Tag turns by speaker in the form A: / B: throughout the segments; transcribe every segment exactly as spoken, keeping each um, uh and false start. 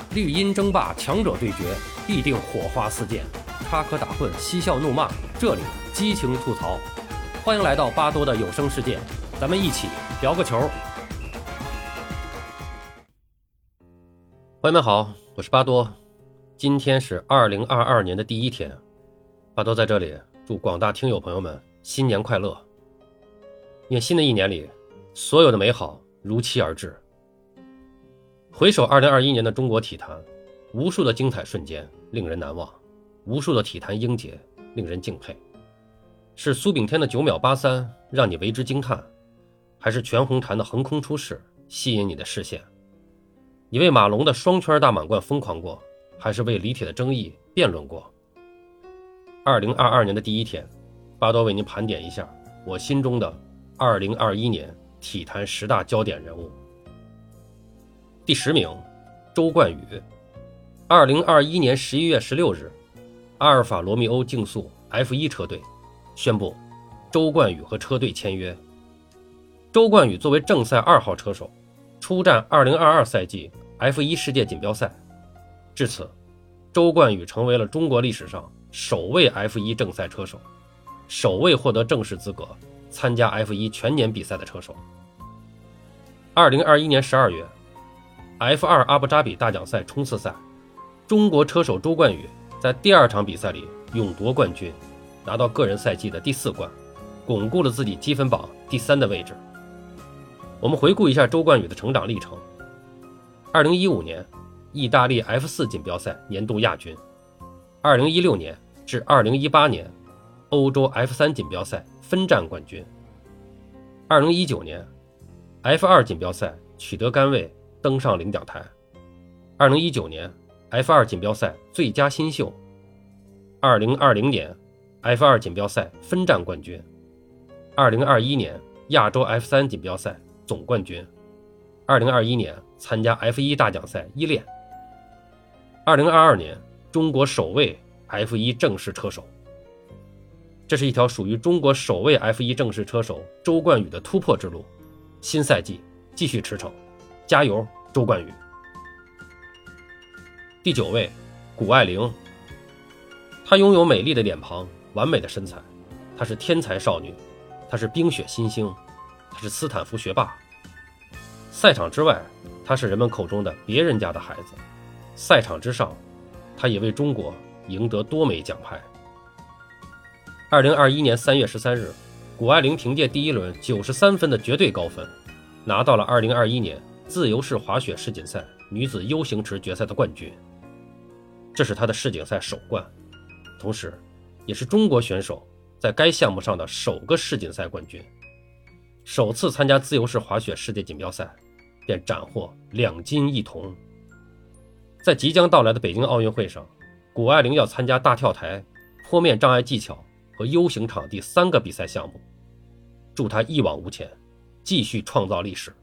A: 绿茵争霸，强者对决，必定火花四溅，插科打诨，嬉笑怒骂，这里激情吐槽。欢迎来到巴多的有声世界，咱们一起聊个球。朋友们好，我是巴多，今天是二零二二年的第一天，巴多在这里祝广大听友朋友们新年快乐。愿新的一年里，所有的美好如期而至。回首二零二一年的中国体坛，无数的精彩瞬间令人难忘，无数的体坛英杰令人敬佩。是苏炳添的九秒八三让你为之惊叹，还是全红婵的横空出世吸引你的视线？你为马龙的双圈大满贯疯狂过，还是为李铁的争议辩论过？二零二二年的第一天，巴多为您盘点一下我心中的二零二一年体坛十大焦点人物。第十名，周冠宇。二零二一年十一月十六日，阿尔法罗密欧竞速 F 一 车队宣布周冠宇和车队签约。周冠宇作为正赛二号车手，出战二零二二赛季 F 一 世界锦标赛。至此，周冠宇成为了中国历史上首位 F 一 正赛车手，首位获得正式资格参加 F 一 全年比赛的车手。二零二一年十二月F 二 阿布扎比大奖赛冲刺赛，中国车手周冠宇在第二场比赛里勇夺冠军，拿到个人赛季的第四冠，巩固了自己积分榜第三的位置。我们回顾一下周冠宇的成长历程。二零一五年意大利 F 四 锦标赛年度亚军，二零一六年至二零一八年欧洲 F 三 锦标赛分站冠军，二零一九年 F 二 锦标赛取得杆位登上领奖台，二零一九年 F 二 锦标赛最佳新秀，二零二零年 F 二 锦标赛分站冠军，二零二一年亚洲 F 三 锦标赛总冠军，二零二一年参加 F 一 大奖赛一练，二零二二年中国首位 F 一 正式车手。这是一条属于中国首位 F 一 正式车手周冠宇的突破之路，新赛季继续驰骋，加油周冠宇。第九位，谷爱凌。她拥有美丽的脸庞，完美的身材，她是天才少女，她是冰雪新星，她是斯坦福学霸。赛场之外，她是人们口中的别人家的孩子；赛场之上，她也为中国赢得多枚奖牌。二零二一年三月十三日，谷爱凌凭借第一轮九十三分的绝对高分，拿到了二零二一年自由式滑雪世锦赛女子 U 型池决赛的冠军。这是她的世锦赛首冠，同时也是中国选手在该项目上的首个世锦赛冠军。首次参加自由式滑雪世界锦标赛便斩获两金一铜。在即将到来的北京奥运会上，谷爱凌要参加大跳台、坡面障碍技巧和 U 型场地三个比赛项目，祝她一往无前，继续创造历史。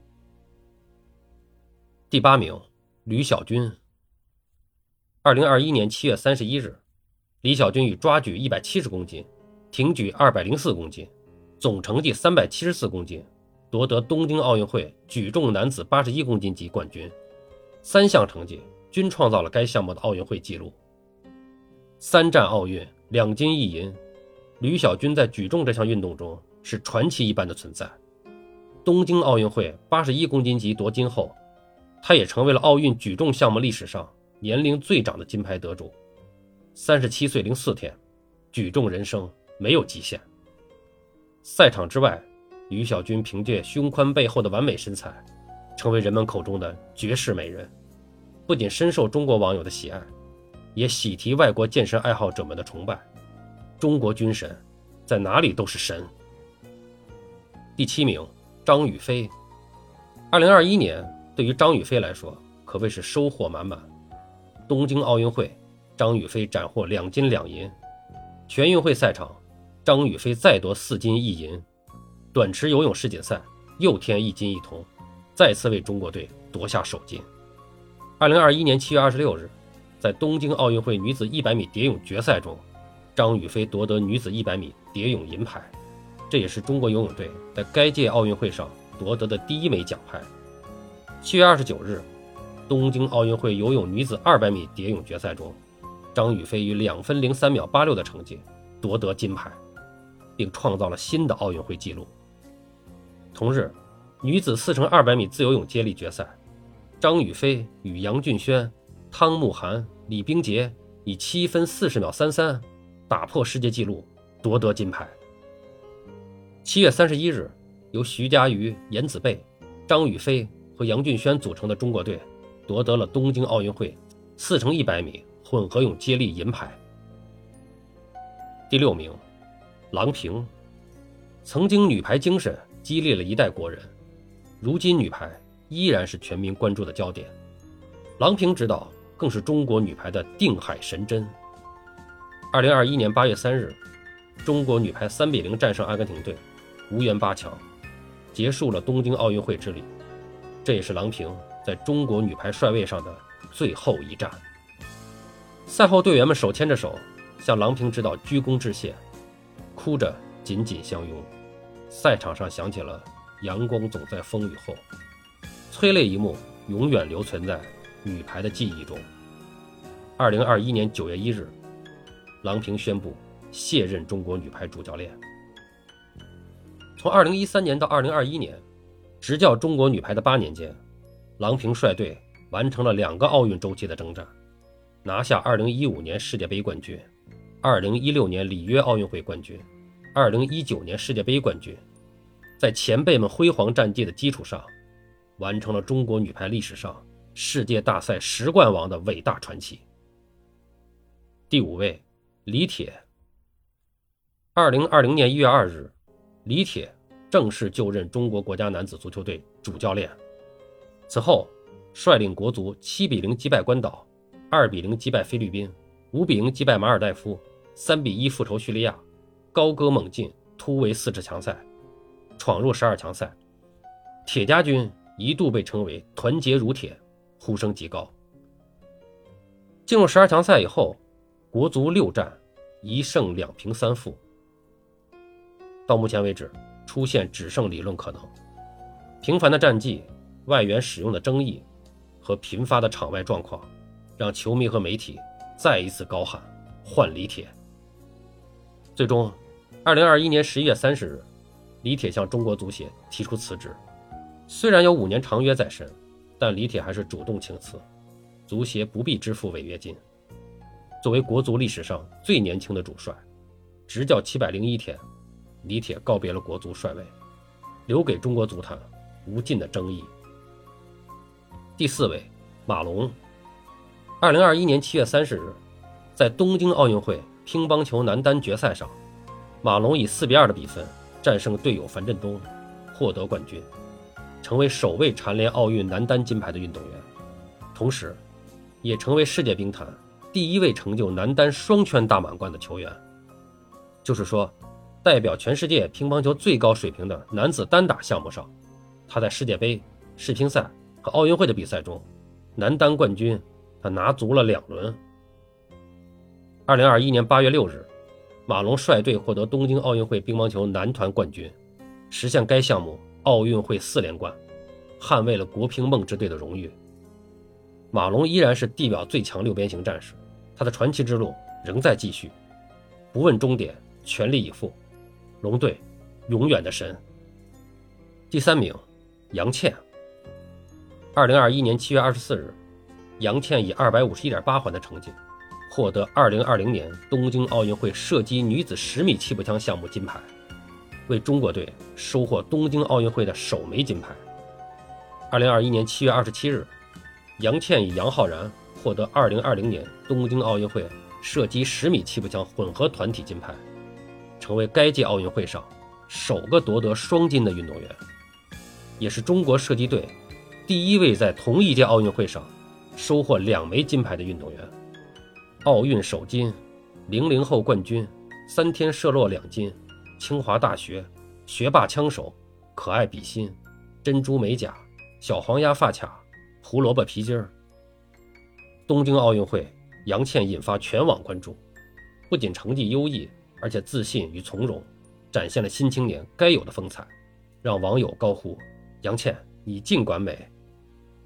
A: 第八名，吕小军。二零二一年七月三十一日，李小军以抓举一百七十公斤，挺举二百零四公斤，总成绩三百七十四公斤，夺得东京奥运会举重男子八十一公斤级冠军，三项成绩均创造了该项目的奥运会纪录。三战奥运，两金一银，吕小军在举重这项运动中是传奇一般的存在。东京奥运会八十一公斤级夺金后，他也成为了奥运举重项目历史上年龄最长的金牌得主。三十七岁零四天，举重人生没有极限。赛场之外，吕小军凭借胸宽背后的完美身材，成为人们口中的绝世美人，不仅深受中国网友的喜爱，也喜提外国健身爱好者们的崇拜。中国军神在哪里都是神。第七名，张雨霏。二零二一年对于张雨霏来说可谓是收获满满。东京奥运会，张雨霏斩获两金两银。全运会赛场，张雨霏再夺四金一银。短池游泳世锦赛又添一金一铜，再次为中国队夺下首金。二零二一年七月二十六日，在东京奥运会女子一百米蝶泳决赛中，张雨霏夺得女子一百米蝶泳银牌，这也是中国游泳队在该届奥运会上夺得的第一枚奖牌。七月二十九日， 东京奥运会游泳女子二百米蝶泳决赛中，张雨霏以两分零三秒八六的成绩夺得金牌，并创造了新的奥运会纪录。同日，女子四乘二百米自由泳接力决赛，张雨霏与杨俊轩、汤慕涵、李冰洁以七分四十秒三三打破世界纪录，夺得金牌。七月三十一日，由徐嘉余、颜子贝、张雨霏和杨俊轩组成的中国队夺得了东京奥运会四乘一百米混合泳接力银牌。第六名，郎平。曾经女排精神激励了一代国人，如今女排依然是全民关注的焦点。郎平指导更是中国女排的定海神针。二零二一年八月三日，中国女排三比零战胜阿根廷队，无缘八强，结束了东京奥运会之旅。这也是郎平在中国女排帅位上的最后一战。赛后队员们手牵着手向郎平指导鞠躬致谢，哭着紧紧相拥。赛场上响起了阳光总在风雨后，催泪一幕永远留存在女排的记忆中。二零二一年九月一日，郎平宣布卸任中国女排主教练。从二零一三年到二零二一年，执教中国女排的八年间，郎平率队完成了两个奥运周期的征战，拿下二零一五年世界杯冠军、二零一六年里约奥运会冠军、二零一九年世界杯冠军，在前辈们辉煌战绩的基础上，完成了中国女排历史上世界大赛十冠王的伟大传奇。第五位，李铁。二零二零年一月二日，李铁正式就任中国国家男子足球队主教练。此后，率领国足七比零击败关岛，二比零击败菲律宾，五比零击败马尔代夫，三比一复仇叙利亚，高歌猛进，突围四次强赛，闯入十二强赛。铁家军一度被称为团结如铁，呼声极高。进入十二强赛以后，国足六战一胜两平三负，到目前为止出现只胜理论可能。频繁的战绩、外援使用的争议和频发的场外状况，让球迷和媒体再一次高喊换李铁。最终二零二一年十一月三十日，李铁向中国足协提出辞职。虽然有五年长约在身，但李铁还是主动请辞，足协不必支付违约金。作为国足历史上最年轻的主帅，执教七百零一天，李铁告别了国足帅位，留给中国足坛无尽的争议。第四位，马龙。二零二一年七月三十日，在东京奥运会乒乓球男单决赛上，马龙以四比二的比分战胜队友樊振东，获得冠军，成为首位蝉联奥运男单金牌的运动员，同时也成为世界乒坛第一位成就男单双圈大满贯的球员。就是说，代表全世界乒乓球最高水平的男子单打项目上，他在世界杯、世乒赛和奥运会的比赛中，男单冠军他拿足了两轮。二零二一年八月六日，马龙率队获得东京奥运会乒乓球男团冠军，实现该项目奥运会四连冠，捍卫了国乒梦之队的荣誉。马龙依然是地表最强六边形战士，他的传奇之路仍在继续，不问终点，全力以赴，龙队永远的神。第三名，杨倩。二零二一年七月二十四日，杨倩以二百五十一点八环的成绩获得二零二零年东京奥运会射击女子十米气步枪项目金牌，为中国队收获东京奥运会的首枚金牌。二零二一年七月二十七日，杨倩与杨浩然获得二零二零年东京奥运会射击十米气步枪混合团体金牌，成为该届奥运会上首个夺得双金的运动员，也是中国射击队第一位在同一届奥运会上收获两枚金牌的运动员。奥运首金、零零后冠军、三天射落两金、清华大学、学霸枪手、可爱比心、珍珠美甲、小黄鸭发卡、胡萝卜皮筋儿。东京奥运会，杨倩引发全网关注，不仅成绩优异，而且自信与从容，展现了新青年该有的风采，让网友高呼：杨倩，你尽管美。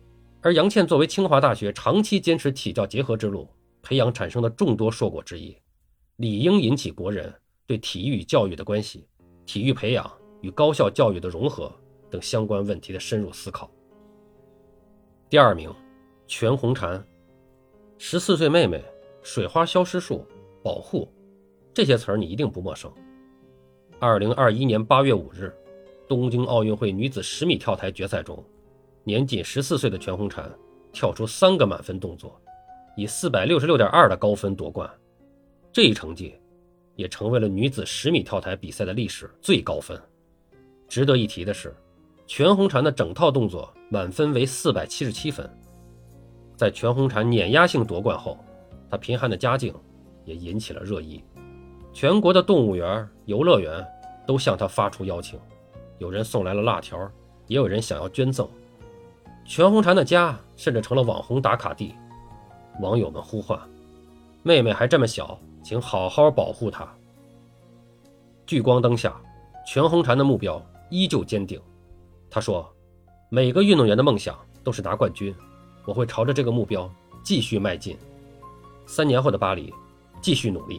A: 而杨倩作为清华大学长期坚持体教结合之路培养产生的众多硕果之一，理应引起国人对体育与教育的关系、体育培养与高校教育的融合等相关问题的深入思考。第二名，全红婵。十四岁妹妹，水花消失术，保护，这些词儿你一定不陌生。二零二一年八月五日，东京奥运会女子十米跳台决赛中，年仅十四岁的全红婵跳出三个满分动作，以 四百六十六点二 的高分夺冠。这一成绩也成为了女子十米跳台比赛的历史最高分。值得一提的是，全红婵的整套动作满分为四百七十七分。在全红婵碾压性夺冠后，她贫寒的家境也引起了热议，全国的动物园、游乐园都向她发出邀请，有人送来了辣条，也有人想要捐赠。全红婵的家甚至成了网红打卡地，网友们呼唤：妹妹还这么小，请好好保护她。聚光灯下，全红婵的目标依旧坚定。她说：每个运动员的梦想都是拿冠军，我会朝着这个目标继续迈进。三年后的巴黎，继续努力。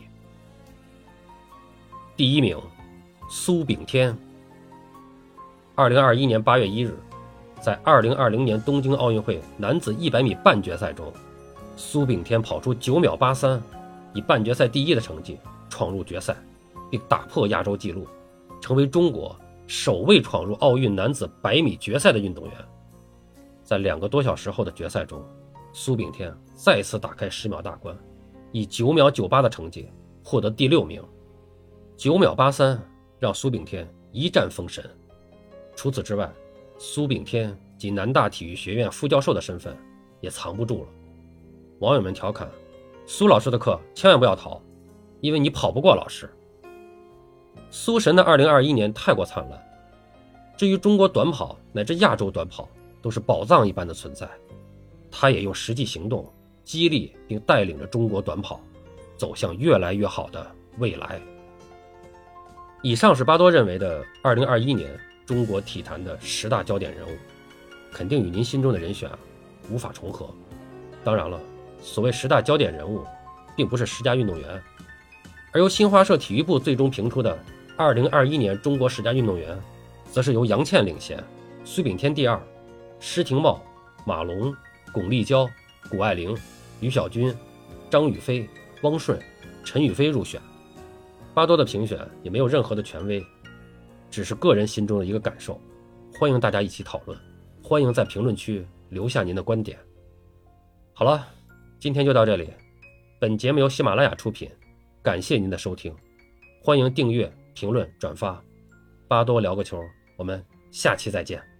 A: 第一名，苏炳添。二零二一年八月一日，在二零二零年东京奥运会男子一百米半决赛中，苏炳添跑出九秒八三，以半决赛第一的成绩闯入决赛，并打破亚洲纪录，成为中国首位闯入奥运男子百米决赛的运动员。在两个多小时后的决赛中，苏炳添再次打开十秒大关，以九秒九八的成绩获得第六名。九秒八三让苏炳添一战封神。除此之外，苏炳添及南大体育学院副教授的身份也藏不住了。网友们调侃：苏老师的课千万不要逃，因为你跑不过老师。苏神的二零二一年太过灿烂，至于中国短跑乃至亚洲短跑都是宝藏一般的存在。他也用实际行动激励并带领着中国短跑走向越来越好的未来。以上是巴多认为的二零二一年中国体坛的十大焦点人物，肯定与您心中的人选无法重合。当然了，所谓十大焦点人物并不是十佳运动员，而由新华社体育部最终评出的二零二一年中国十佳运动员，则是由杨倩领衔，苏炳添第二，施廷懋、马龙、巩立姣、谷爱凌、于小军、张雨霏、汪顺、陈雨菲入选。巴多的评选也没有任何的权威，只是个人心中的一个感受，欢迎大家一起讨论，欢迎在评论区留下您的观点。好了，今天就到这里，本节目由喜马拉雅出品，感谢您的收听，欢迎订阅、评论、转发。巴多聊个球，我们下期再见。